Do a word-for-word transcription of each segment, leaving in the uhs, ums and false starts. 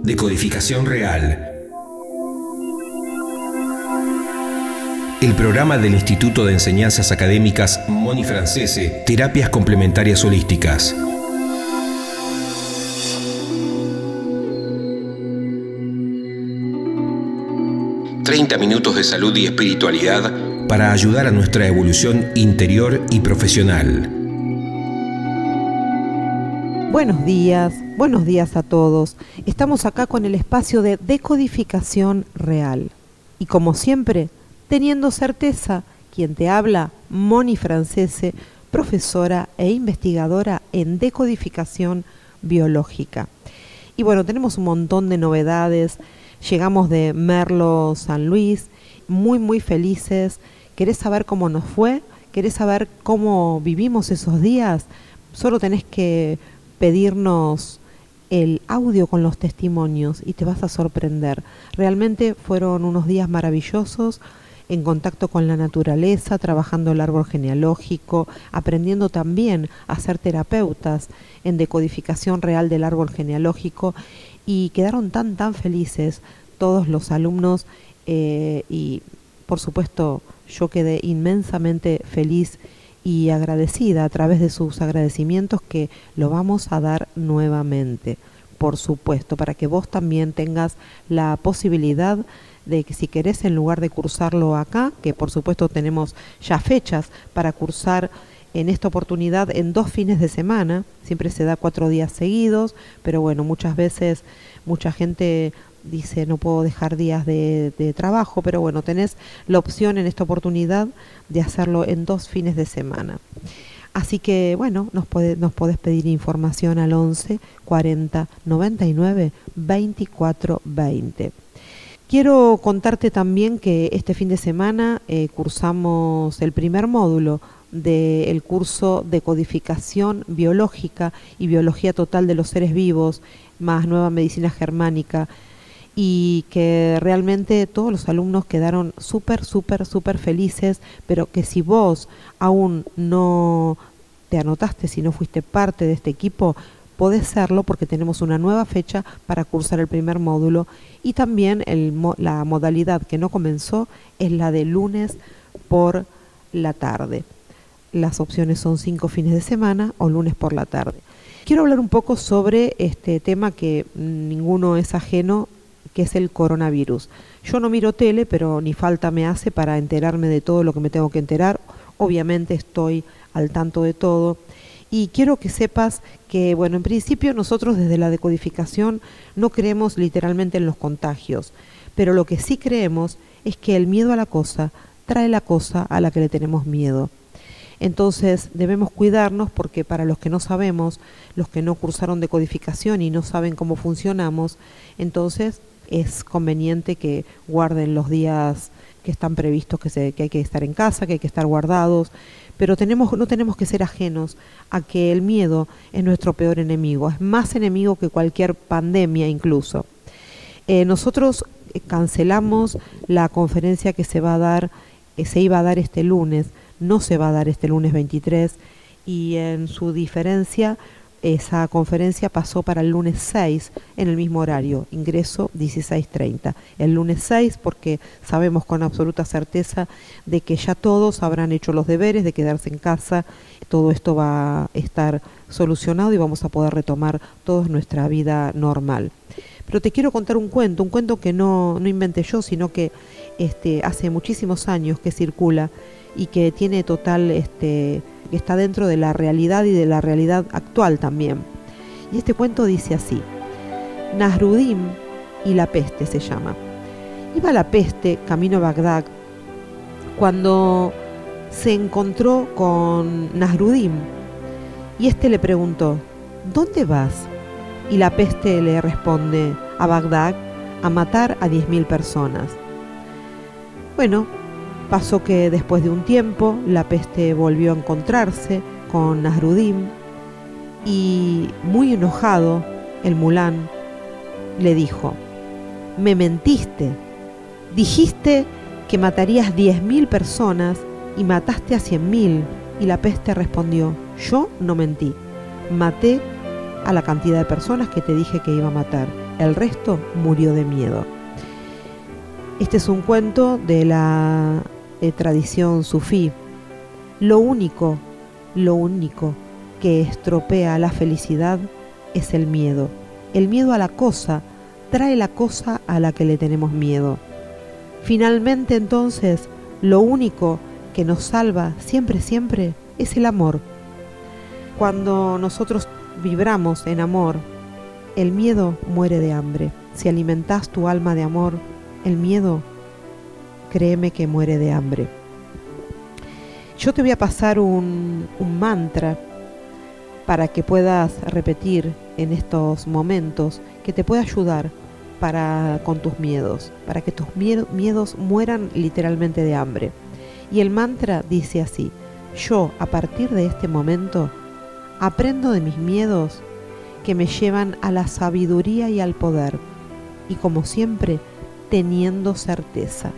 Decodificación Real. El programa del Instituto de Enseñanzas Académicas Moni Francese, Terapias Complementarias Holísticas. treinta minutos de salud y espiritualidad para ayudar a nuestra evolución interior y profesional. Buenos días, buenos días a todos. Estamos acá con el espacio de Decodificación Real. Y como siempre, teniendo certeza, quien te habla, Moni Francese, profesora e investigadora en decodificación biológica. Y bueno, tenemos un montón de novedades. Llegamos de Merlo, San Luis, muy muy felices. ¿Querés saber cómo nos fue? ¿Querés saber cómo vivimos esos días? Solo tenés que pedirnos el audio con los testimonios y te vas a sorprender. Realmente fueron unos días maravillosos, en contacto con la naturaleza, trabajando el árbol genealógico, aprendiendo también a ser terapeutas en decodificación real del árbol genealógico, y quedaron tan tan felices todos los alumnos eh, y por supuesto yo quedé inmensamente feliz y agradecida a través de sus agradecimientos, que lo vamos a dar nuevamente, por supuesto, para que vos también tengas la posibilidad de que, si querés, en lugar de cursarlo acá, que por supuesto tenemos ya fechas para cursar en esta oportunidad en dos fines de semana, siempre se da cuatro días seguidos, pero bueno, muchas veces mucha gente dice no puedo dejar días de, de trabajo, pero bueno, tenés la opción en esta oportunidad de hacerlo en dos fines de semana. Así que bueno, nos, puede, nos podés pedir información al once cuarenta noventa y nueve veinticuatro veinte. Quiero contarte también que este fin de semana eh, cursamos el primer módulo del curso de Decodificación Biológica y Biología Total de los Seres Vivos, más Nueva Medicina Germánica, y que realmente todos los alumnos quedaron súper, súper, súper felices, pero que si vos aún no te anotaste, si no fuiste parte de este equipo, podés serlo, porque tenemos una nueva fecha para cursar el primer módulo, y también el, la modalidad que no comenzó es la de lunes por la tarde. Las opciones son cinco fines de semana o lunes por la tarde. Quiero hablar un poco sobre este tema que ninguno es ajeno, que es el coronavirus. Yo no miro tele, pero ni falta me hace para enterarme de todo lo que me tengo que enterar. Obviamente estoy al tanto de todo. Y quiero que sepas que, bueno, en principio nosotros desde la decodificación no creemos literalmente en los contagios, pero lo que sí creemos es que el miedo a la cosa trae la cosa a la que le tenemos miedo. Entonces debemos cuidarnos, porque para los que no sabemos, los que no cursaron decodificación y no saben cómo funcionamos, entonces es conveniente que guarden los días que están previstos, que, se, que hay que estar en casa, que hay que estar guardados, pero tenemos, no tenemos que ser ajenos a que el miedo es nuestro peor enemigo, es más enemigo que cualquier pandemia incluso. Eh, nosotros cancelamos la conferencia que se va a dar, eh, se iba a dar este lunes, no se va a dar este lunes veintitrés, y en su diferencia esa conferencia pasó para el lunes seis en el mismo horario, ingreso dieciséis treinta. El lunes seis, porque sabemos con absoluta certeza de que ya todos habrán hecho los deberes de quedarse en casa, todo esto va a estar solucionado y vamos a poder retomar toda nuestra vida normal. Pero te quiero contar un cuento, un cuento que no, no inventé yo, sino que este, hace muchísimos años que circula y que tiene total, este, que está dentro de la realidad y de la realidad actual también. Y este cuento dice así: Nasruddin y la peste se llama. Iba la peste camino a Bagdad cuando se encontró con Nasruddin, y este le preguntó: ¿dónde vas? Y la peste le responde: a Bagdad, a matar a diez mil personas. Bueno, pasó que después de un tiempo la peste volvió a encontrarse con Nasruddin y, muy enojado, el mulán le dijo: me mentiste, dijiste que matarías diez mil personas y mataste a cien mil. Y la peste respondió: yo no mentí, maté a la cantidad de personas que te dije que iba a matar. el resto murió de miedo. Este es un cuento de la eh, tradición sufí. Lo único, lo único que estropea la felicidad es el miedo. El miedo a la cosa trae la cosa a la que le tenemos miedo. Finalmente, entonces, lo único que nos salva siempre, siempre es el amor. Cuando nosotros vibramos en amor, el miedo muere de hambre. Si alimentás tu alma de amor, el miedo, créeme que muere de hambre. Yo te voy a pasar un, un mantra para que puedas repetir en estos momentos, que te pueda ayudar para, con tus miedos, para que tus miedo, miedos mueran literalmente de hambre. Y el mantra dice así: yo a partir de este momento aprendo de mis miedos que me llevan a la sabiduría y al poder, y como siempre, teniendo certeza.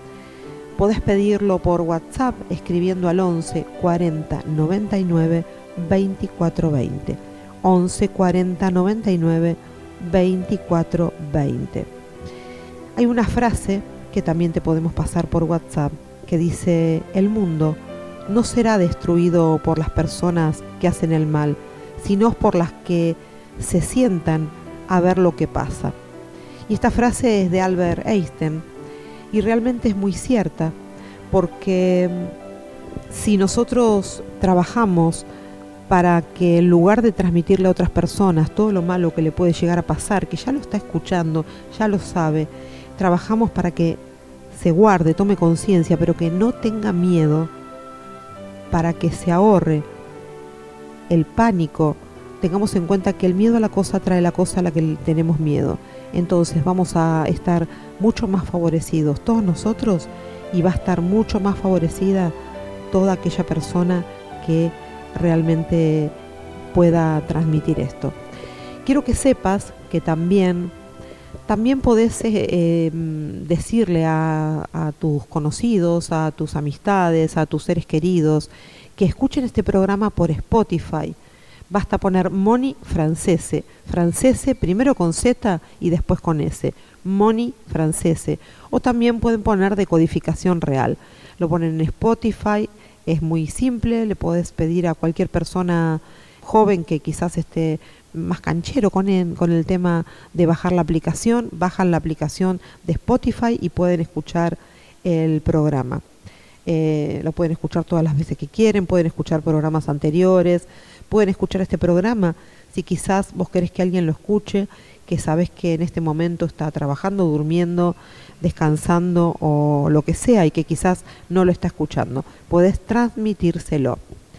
Podés pedirlo por WhatsApp escribiendo al once cuarenta noventa y nueve veinticuatro veinte. once cuarenta noventa y nueve veinticuatro veinte. Hay una frase que también te podemos pasar por WhatsApp que dice: el mundo no será destruido por las personas que hacen el mal, sino por las que se sientan a ver lo que pasa. Y esta frase es de Albert Einstein y realmente es muy cierta, porque si nosotros trabajamos para que en lugar de transmitirle a otras personas todo lo malo que le puede llegar a pasar, que ya lo está escuchando, ya lo sabe, trabajamos para que se guarde, tome conciencia, pero que no tenga miedo, para que se ahorre el pánico. Tengamos en cuenta que el miedo a la cosa trae la cosa a la que tenemos miedo. Entonces vamos a estar mucho más favorecidos todos nosotros, y va a estar mucho más favorecida toda aquella persona que realmente pueda transmitir esto. Quiero que sepas que también, también podés eh, decirle a, a tus conocidos, a tus amistades, a tus seres queridos, que escuchen este programa por Spotify. Basta poner Moni Francese, Francese primero con Z y después con S, Moni Francese. O también pueden poner Decodificación Real. Lo ponen en Spotify, es muy simple, le podés pedir a cualquier persona joven que quizás esté más canchero con el, con el tema de bajar la aplicación, bajan la aplicación de Spotify y pueden escuchar el programa. Eh, lo pueden escuchar todas las veces que quieren, pueden escuchar programas anteriores, pueden escuchar este programa si quizás vos querés que alguien lo escuche, que sabés que en este momento está trabajando, durmiendo, descansando o lo que sea, y que quizás no lo está escuchando. Podés transmitírselo.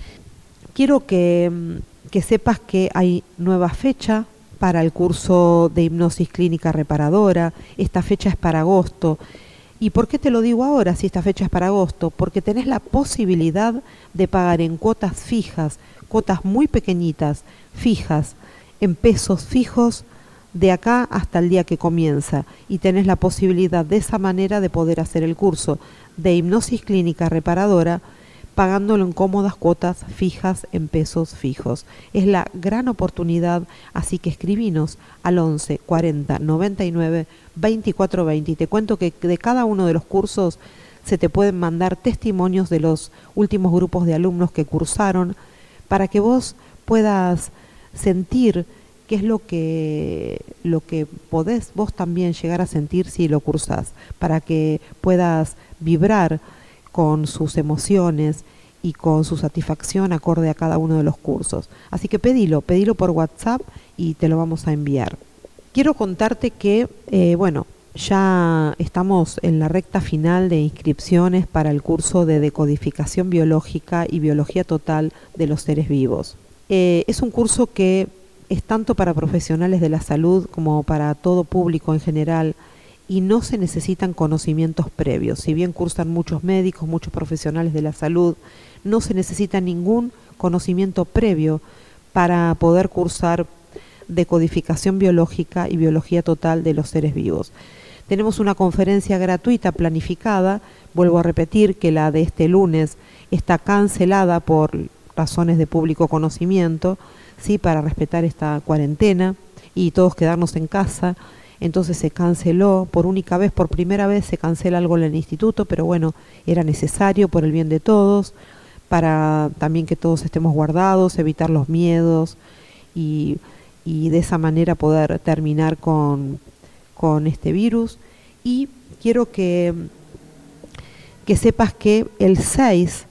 Quiero que, que sepas que hay nueva fecha para el curso de hipnosis clínica reparadora. Esta fecha es para agosto. ¿Y por qué te lo digo ahora si esta fecha es para agosto? Porque tenés la posibilidad de pagar en cuotas fijas, cuotas muy pequeñitas, fijas, en pesos fijos, de acá hasta el día que comienza, y tenés la posibilidad de esa manera de poder hacer el curso de hipnosis clínica reparadora pagándolo en cómodas cuotas fijas en pesos fijos. Es la gran oportunidad, así que escribinos al once cuarenta noventa y nueve veinticuatro veinte y te cuento que de cada uno de los cursos se te pueden mandar testimonios de los últimos grupos de alumnos que cursaron, para que vos puedas sentir qué es lo que, lo que podés vos también llegar a sentir si lo cursás, para que puedas vibrar con sus emociones y con su satisfacción acorde a cada uno de los cursos. Así que pedilo, pedilo por WhatsApp y te lo vamos a enviar. Quiero contarte que, eh, bueno, ya estamos en la recta final de inscripciones para el curso de decodificación biológica y biología total de los seres vivos. Eh, es un curso que es tanto para profesionales de la salud como para todo público en general, y no se necesitan conocimientos previos. Si bien cursan muchos médicos, muchos profesionales de la salud, no se necesita ningún conocimiento previo para poder cursar decodificación biológica y biología total de los seres vivos. Tenemos una conferencia gratuita planificada, vuelvo a repetir que la de este lunes está cancelada por razones de público conocimiento, ¿sí? Para respetar esta cuarentena y todos quedarnos en casa. Entonces se canceló por única vez, por primera vez se cancela algo en el instituto, pero bueno, era necesario por el bien de todos, para también que todos estemos guardados, evitar los miedos y, y de esa manera poder terminar con, con este virus. Y quiero que, que sepas que el seis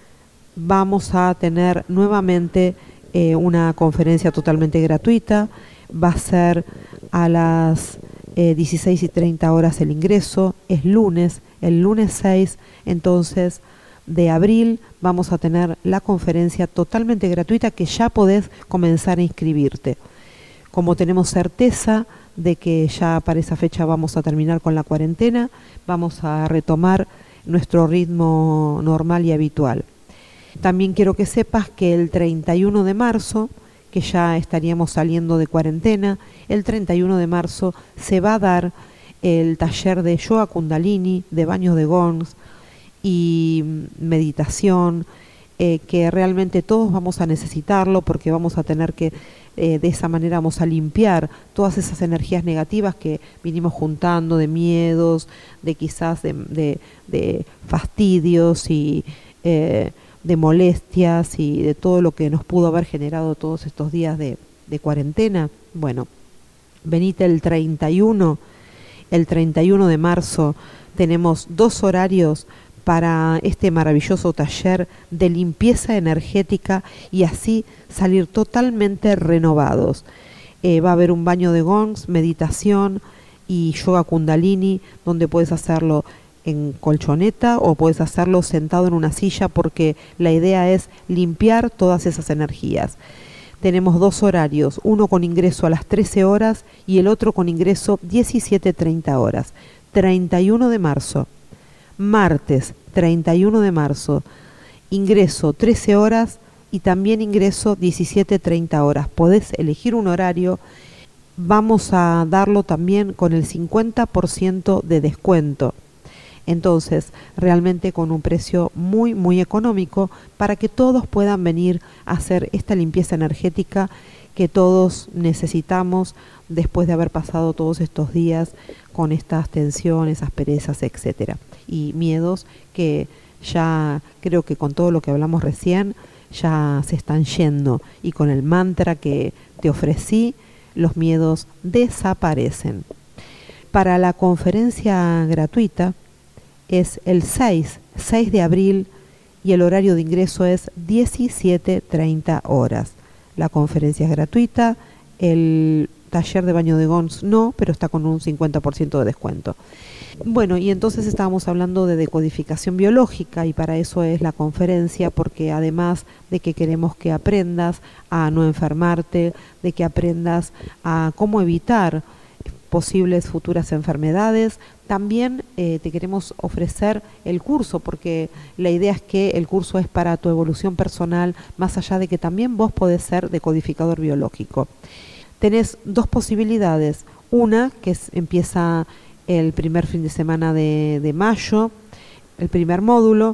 vamos a tener nuevamente eh, una conferencia totalmente gratuita. Va a ser a las eh, dieciséis y treinta horas el ingreso, es lunes, el lunes seis, entonces de abril vamos a tener la conferencia totalmente gratuita que ya podés comenzar a inscribirte. Como tenemos certeza de que ya para esa fecha vamos a terminar con la cuarentena, vamos a retomar nuestro ritmo normal y habitual. También quiero que sepas que el treinta y uno de marzo, que ya estaríamos saliendo de cuarentena, el treinta y uno de marzo se va a dar el taller de yoga kundalini, de baños de gongs y meditación, eh, que realmente todos vamos a necesitarlo porque vamos a tener que, eh, de esa manera vamos a limpiar todas esas energías negativas que vinimos juntando, de miedos, de quizás de, de, de fastidios y eh, de molestias y de todo lo que nos pudo haber generado todos estos días de, de cuarentena. Bueno, venite el treinta y uno, el treinta y uno de marzo, tenemos dos horarios para este maravilloso taller de limpieza energética y así salir totalmente renovados. Eh, va a haber un baño de gongs, meditación y yoga kundalini, donde puedes hacerlo en colchoneta o puedes hacerlo sentado en una silla, porque la idea es limpiar todas esas energías. Tenemos dos horarios, uno con ingreso a las trece horas y el otro con ingreso diecisiete treinta horas. treinta y uno de marzo, martes treinta y uno de marzo, ingreso trece horas y también ingreso diecisiete treinta horas. Podés elegir un horario. Vamos a darlo también con el cincuenta por ciento de descuento. Entonces, realmente con un precio muy, muy económico para que todos puedan venir a hacer esta limpieza energética que todos necesitamos después de haber pasado todos estos días con estas tensiones, asperezas, etcétera, y miedos que ya creo que con todo lo que hablamos recién ya se están yendo, y con el mantra que te ofrecí los miedos desaparecen. Para la conferencia gratuita es el seis de abril y el horario de ingreso es diecisiete treinta horas. La conferencia es gratuita, el taller de baño de gongs no, pero está con un cincuenta por ciento de descuento. Bueno, y entonces estábamos hablando de decodificación biológica y para eso es la conferencia, porque además de que queremos que aprendas a no enfermarte, de que aprendas a cómo evitar posibles futuras enfermedades, también eh, te queremos ofrecer el curso, porque la idea es que el curso es para tu evolución personal, más allá de que también vos podés ser decodificador biológico. Tenés dos posibilidades, una que es, empieza el primer fin de semana de, de mayo, el primer módulo,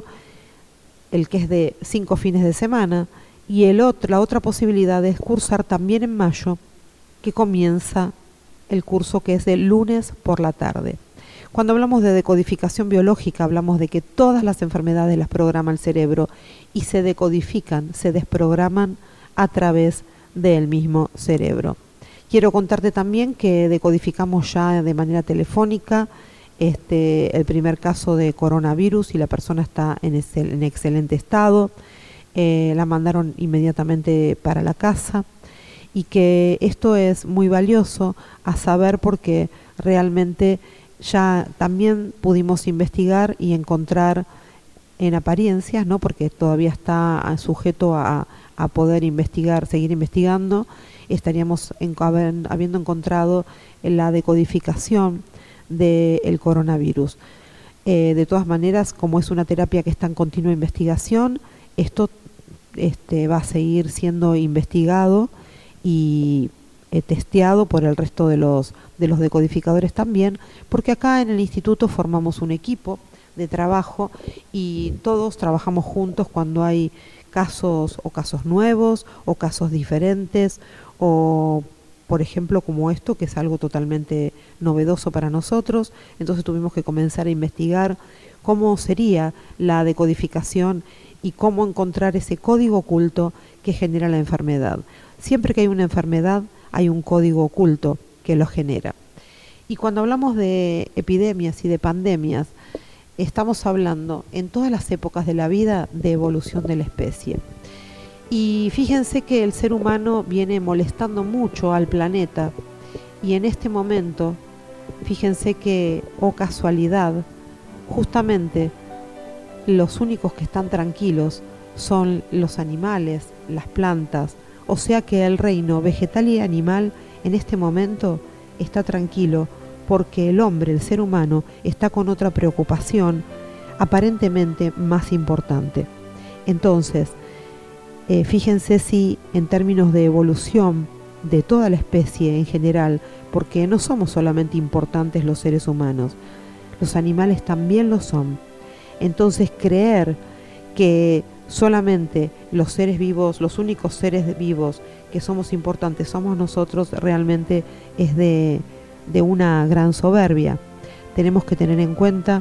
el que es de cinco fines de semana, y el otro, la otra posibilidad es cursar también en mayo, que comienza el curso que es de lunes por la tarde. Cuando hablamos de decodificación biológica, hablamos de que todas las enfermedades las programa el cerebro y se decodifican, se desprograman a través del mismo cerebro. Quiero contarte también que decodificamos ya de manera telefónica este, el primer caso de coronavirus y la persona está en, excel, en excelente estado. Eh, la mandaron inmediatamente para la casa. Y que esto es muy valioso a saber porque realmente ya también pudimos investigar y encontrar en apariencias, ¿no? Porque todavía está sujeto a, a poder investigar, seguir investigando, estaríamos en, habiendo encontrado la decodificación del coronavirus. Eh, de todas maneras, como es una terapia que está en continua investigación, esto este, va a seguir siendo investigado y eh, testeado por el resto de los, de los decodificadores también, porque acá en el instituto formamos un equipo de trabajo y todos trabajamos juntos cuando hay casos o casos nuevos o casos diferentes o por ejemplo, como esto, que es algo totalmente novedoso para nosotros. Entonces tuvimos que comenzar a investigar cómo sería la decodificación y cómo encontrar ese código oculto que genera la enfermedad. Siempre que hay una enfermedad, hay un código oculto que lo genera. Y cuando hablamos de epidemias y de pandemias, estamos hablando en todas las épocas de la vida de evolución de la especie. Y fíjense que el ser humano viene molestando mucho al planeta, y en este momento, fíjense que, oh casualidad, justamente los únicos que están tranquilos son los animales, las plantas, o sea que el reino vegetal y animal en este momento está tranquilo, porque el hombre, el ser humano, está con otra preocupación aparentemente más importante. Entonces, eh, fíjense si en términos de evolución de toda la especie en general, porque no somos solamente importantes los seres humanos, los animales también lo son. Entonces, creer que solamente los seres vivos, los únicos seres vivos que somos importantes somos nosotros, realmente es de, de una gran soberbia. Tenemos que tener en cuenta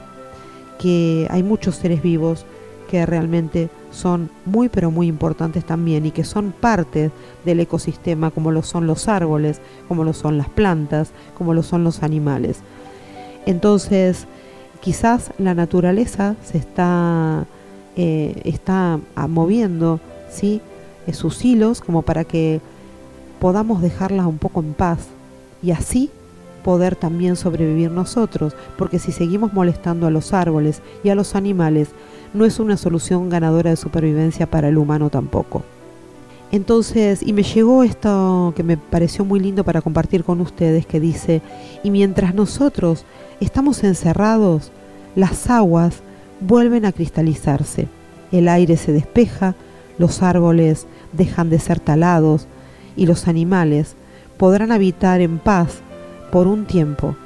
que hay muchos seres vivos que realmente son muy pero muy importantes también, y que son parte del ecosistema, como lo son los árboles, como lo son las plantas, como lo son los animales. Entonces, quizás la naturaleza se está Eh, está moviendo, ¿sí?, eh, sus hilos como para que podamos dejarlas un poco en paz y así poder también sobrevivir nosotros, porque si seguimos molestando a los árboles y a los animales, no es una solución ganadora de supervivencia para el humano tampoco. Entonces, y me llegó esto que me pareció muy lindo para compartir con ustedes, que dice: y mientras nosotros estamos encerrados, las aguas vuelven a cristalizarse, el aire se despeja, los árboles dejan de ser talados y los animales podrán habitar en paz por un tiempo.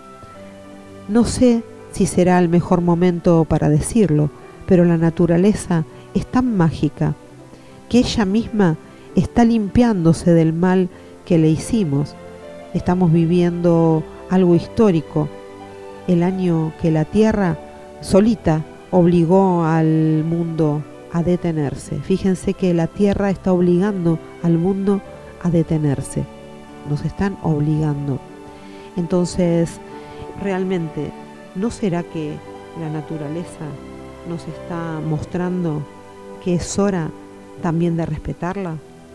No sé si será el mejor momento para decirlo, pero la naturaleza es tan mágica que ella misma está limpiándose del mal que le hicimos. Estamos viviendo algo histórico, el año que la Tierra solita obligó al mundo a detenerse. Fíjense que la Tierra está obligando al mundo a detenerse. Nos están obligando. Entonces, realmente, ¿no será que la naturaleza nos está mostrando que es hora también de respetarla?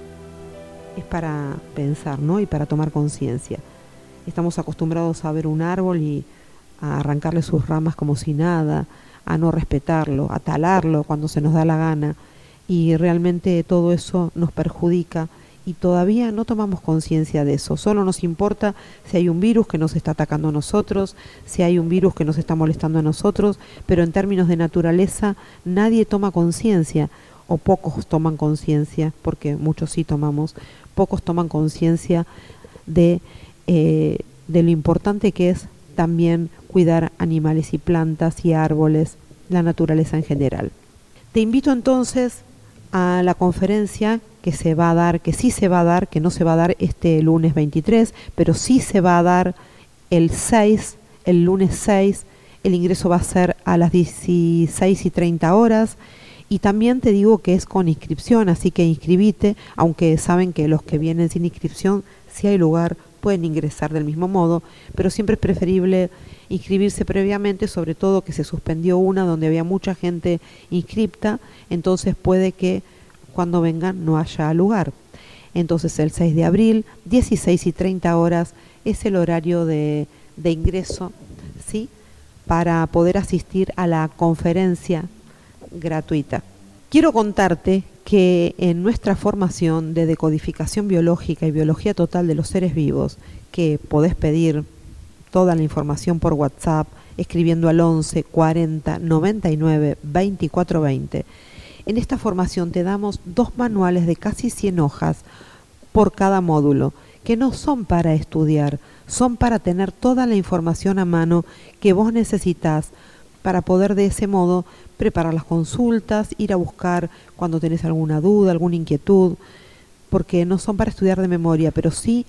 Es para pensar, ¿no? Y para tomar conciencia. Estamos acostumbrados a ver un árbol y a arrancarle sus ramas como si nada, a no respetarlo, a talarlo cuando se nos da la gana, y realmente todo eso nos perjudica y todavía no tomamos conciencia de eso. Solo nos importa si hay un virus que nos está atacando a nosotros, si hay un virus que nos está molestando a nosotros, pero en términos de naturaleza nadie toma conciencia, o pocos toman conciencia, porque muchos sí tomamos, pocos toman conciencia de, eh, de lo importante que es también cuidar animales y plantas y árboles, la naturaleza en general. Te invito entonces a la conferencia que se va a dar, que sí se va a dar, que no se va a dar este lunes veintitrés, pero sí se va a dar el seis, el lunes seis. El ingreso va a ser a las dieciséis y treinta horas, y también te digo que es con inscripción, así que inscribite, aunque saben que los que vienen sin inscripción, si hay lugar, pueden ingresar del mismo modo, pero siempre es preferible inscribirse previamente, sobre todo que se suspendió una donde había mucha gente inscripta, entonces puede que cuando vengan no haya lugar. Entonces el seis de abril, dieciséis y treinta horas, es el horario de, de ingreso, ¿sí?, para poder asistir a la conferencia gratuita. Quiero contarte que en nuestra formación de decodificación biológica y biología total de los seres vivos, que podés pedir toda la información por WhatsApp escribiendo al once cuarenta noventa y nueve veinticuatro veinte, en esta formación te damos dos manuales de casi cien hojas por cada módulo, que no son para estudiar, son para tener toda la información a mano que vos necesitas para poder de ese modo preparar las consultas, ir a buscar cuando tenés alguna duda, alguna inquietud, porque no son para estudiar de memoria, pero sí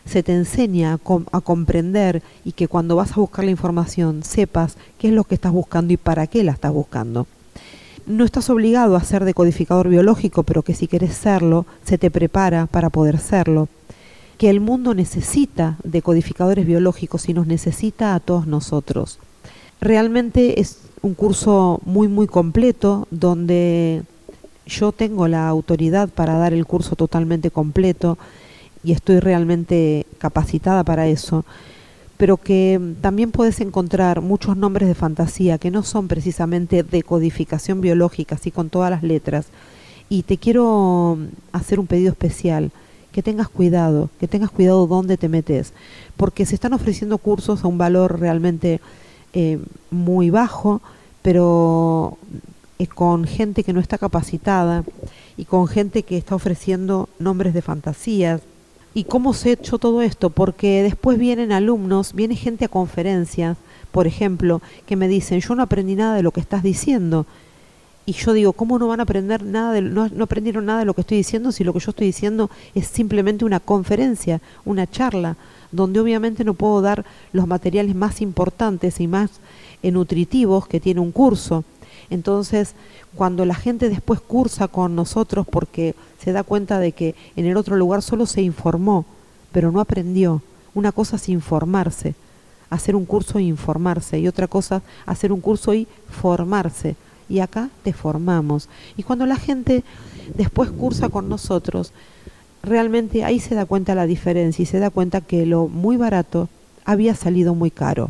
se te enseña a, com- a comprender y que cuando vas a buscar la información sepas qué es lo que estás buscando y para qué la estás buscando. No estás obligado a ser decodificador biológico, pero que si querés serlo, se te prepara para poder serlo. Que el mundo necesita decodificadores biológicos y nos necesita a todos nosotros. Realmente es un curso muy muy completo donde yo tengo la autoridad para dar el curso totalmente completo y estoy realmente capacitada para eso, pero que también puedes encontrar muchos nombres de fantasía que no son precisamente decodificación biológica, así con todas las letras. Y te quiero hacer un pedido especial, que tengas cuidado, que tengas cuidado dónde te metes, porque se están ofreciendo cursos a un valor realmente eh, muy bajo, pero eh, con gente que no está capacitada y con gente que está ofreciendo nombres de fantasías. ¿Y cómo sé yo todo esto? Porque después vienen alumnos, viene gente a conferencias, por ejemplo, que me dicen, yo no aprendí nada de lo que estás diciendo. Y yo digo, ¿cómo no van a aprender nada de, no, no aprendieron nada de lo que estoy diciendo si lo que yo estoy diciendo es simplemente una conferencia, una charla, donde obviamente no puedo dar los materiales más importantes y más eh, nutritivos que tiene un curso? Entonces, cuando la gente después cursa con nosotros porque se da cuenta de que en el otro lugar solo se informó, pero no aprendió. Una cosa es informarse, hacer un curso e informarse, y otra cosa hacer un curso y formarse. Y acá te formamos. Y cuando la gente después cursa con nosotros, realmente ahí se da cuenta la diferencia y se da cuenta que lo muy barato había salido muy caro.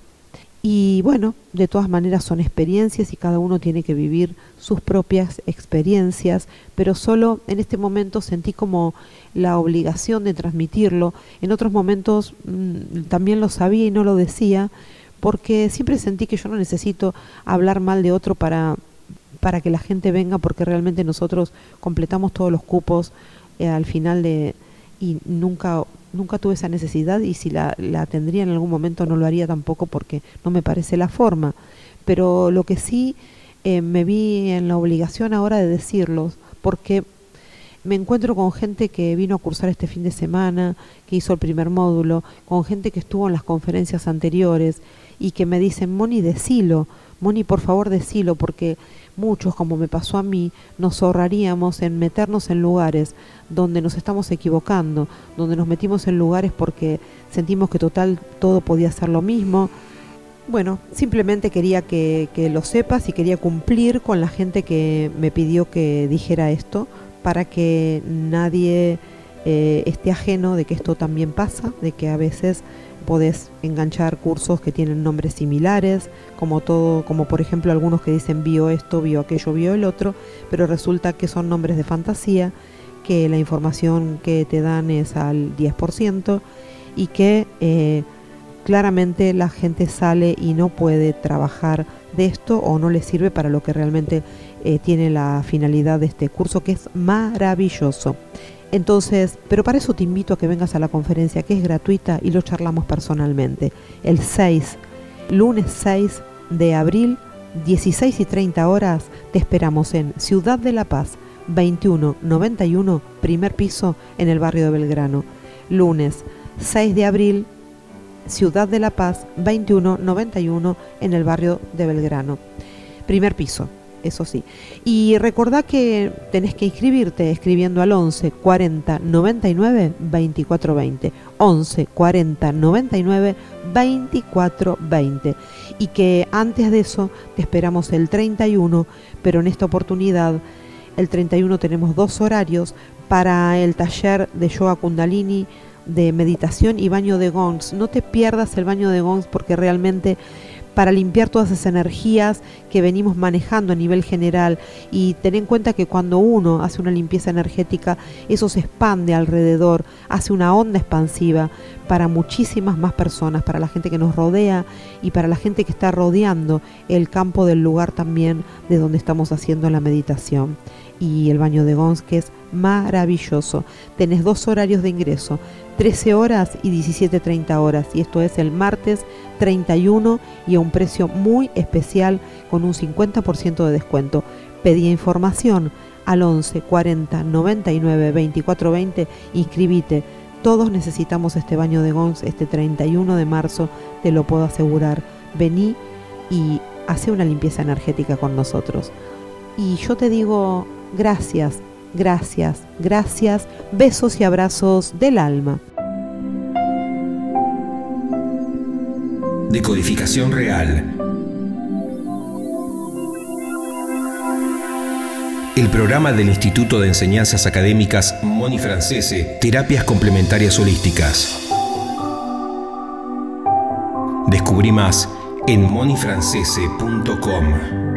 Y bueno, de todas maneras son experiencias y cada uno tiene que vivir sus propias experiencias, pero solo en este momento sentí como la obligación de transmitirlo. En otros momentos mmm, también lo sabía y no lo decía, porque siempre sentí que yo no necesito hablar mal de otro para, para que la gente venga, porque realmente nosotros completamos todos los cupos eh, al final de... y nunca... Nunca tuve esa necesidad y si la, la tendría en algún momento no lo haría tampoco porque no me parece la forma. Pero lo que sí eh, me vi en la obligación ahora de decirlo, porque me encuentro con gente que vino a cursar este fin de semana, que hizo el primer módulo, con gente que estuvo en las conferencias anteriores y que me dicen, Moni, decilo, Moni, por favor decilo, porque muchos, como me pasó a mí, nos ahorraríamos en meternos en lugares donde nos estamos equivocando, donde nos metimos en lugares porque sentimos que total todo podía ser lo mismo. Bueno, simplemente quería que, que lo sepas y quería cumplir con la gente que me pidió que dijera esto para que nadie eh, esté ajeno de que esto también pasa, de que a veces podés enganchar cursos que tienen nombres similares, como todo, como por ejemplo algunos que dicen bio esto, bio aquello, bio el otro, pero resulta que son nombres de fantasía, que la información que te dan es al diez por ciento y que eh, claramente la gente sale y no puede trabajar de esto o no le sirve para lo que realmente eh, tiene la finalidad de este curso, que es maravilloso. Entonces, pero para eso te invito a que vengas a la conferencia, que es gratuita y lo charlamos personalmente. El seis, lunes seis de abril, dieciséis y treinta horas, te esperamos en Ciudad de la Paz, veintiuno noventa y uno, primer piso, en el barrio de Belgrano. Lunes seis de abril, Ciudad de la Paz, veintiuno noventa y uno, en el barrio de Belgrano. Primer piso. Eso sí. Y recordá que tenés que inscribirte escribiendo al once cuarenta noventa y nueve veinticuatro veinte. once cuarenta noventa y nueve veinticuatro veinte. Y que antes de eso te esperamos el treinta y uno, pero en esta oportunidad, el treinta y uno tenemos dos horarios para el taller de yoga kundalini, de meditación y baño de gongs. No te pierdas el baño de gongs porque realmente para limpiar todas esas energías que venimos manejando a nivel general, y ten en cuenta que cuando uno hace una limpieza energética, eso se expande alrededor, hace una onda expansiva para muchísimas más personas, para la gente que nos rodea y para la gente que está rodeando el campo del lugar también de donde estamos haciendo la meditación. Y el baño de gongs, que es maravilloso. Tenés dos horarios de ingreso, trece horas y diecisiete treinta horas, y esto es el martes treinta y uno y a un precio muy especial con un cincuenta por ciento de descuento. Pedí información al once cuarenta noventa y nueve veinticuatro veinte, inscribite Todos necesitamos este baño de Gons este treinta y uno de marzo, te lo puedo asegurar. Vení y hace una limpieza energética con nosotros. Y yo te digo gracias, gracias, gracias, besos y abrazos del alma. Decodificación real. El programa del Instituto de Enseñanzas Académicas Moni Francese, Terapias Complementarias Holísticas. Descubrí más en moni francese punto com.